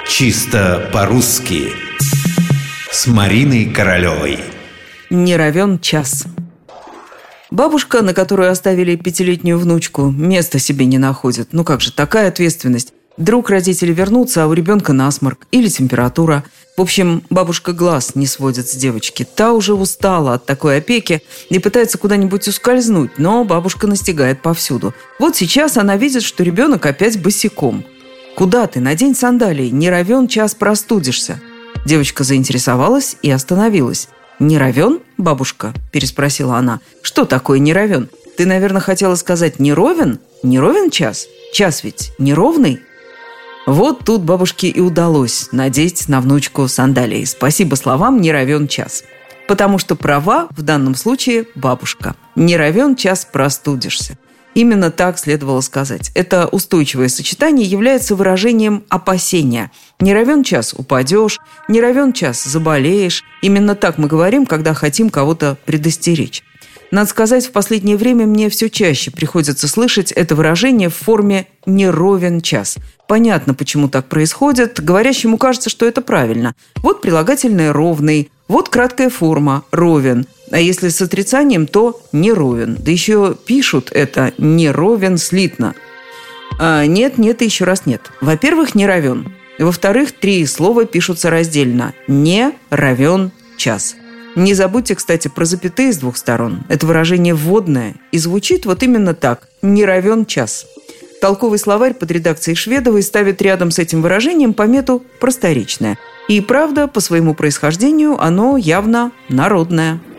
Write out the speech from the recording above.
Чисто по-русски с Мариной Королевой. Не равен час. Бабушка, на которую оставили 5-летнюю внучку, места себе не находит. Ну как же, такая ответственность. Вдруг родители вернутся, а у ребенка насморк или температура. В общем, бабушка глаз не сводит с девочки. Та уже устала от такой опеки и пытается куда-нибудь ускользнуть, но бабушка настигает повсюду. Вот сейчас она видит, что ребенок опять босиком. «Куда ты? Надень сандалии, не равен час простудишься». Девочка заинтересовалась и остановилась. «Не равен, бабушка?» – переспросила она. «Что такое не равен? Ты, наверное, хотела сказать не ровен? Не ровен час? Час ведь неровный?» Вот тут бабушке и удалось надеть на внучку сандалии. Спасибо словам «не равен час». Потому что права в данном случае бабушка. «Не равен час простудишься». Именно так следовало сказать. Это устойчивое сочетание является выражением опасения. Не равен час упадешь, не равен час заболеешь. Именно так мы говорим, когда хотим кого-то предостеречь. Надо сказать, в последнее время мне все чаще приходится слышать это выражение в форме «не ровен час». Понятно, почему так происходит. Говорящему кажется, что это правильно. Вот прилагательное «ровный», вот краткая форма «ровен». А если с отрицанием, то «не ровен». Да еще пишут это «не ровен» слитно. Нет и еще раз нет. Во-первых, «не равен». Во-вторых, 3 слова пишутся раздельно. «Не равен час». Не забудьте, кстати, про запятые с 2 сторон. Это выражение вводное и звучит вот именно так «не равен час». Толковый словарь под редакцией Шведовой ставит рядом с этим выражением помету «просторечное». И правда, по своему происхождению оно явно народное.